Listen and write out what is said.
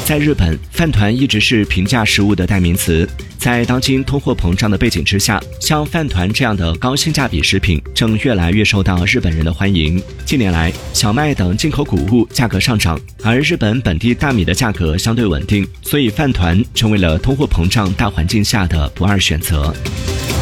在日本，饭团一直是平价食物的代名词。在当今通货膨胀的背景之下，像饭团这样的高性价比食品正越来越受到日本人的欢迎。近年来，小麦等进口谷物价格上涨，而日本本地大米的价格相对稳定，所以饭团成为了通货膨胀大环境下的不二选择。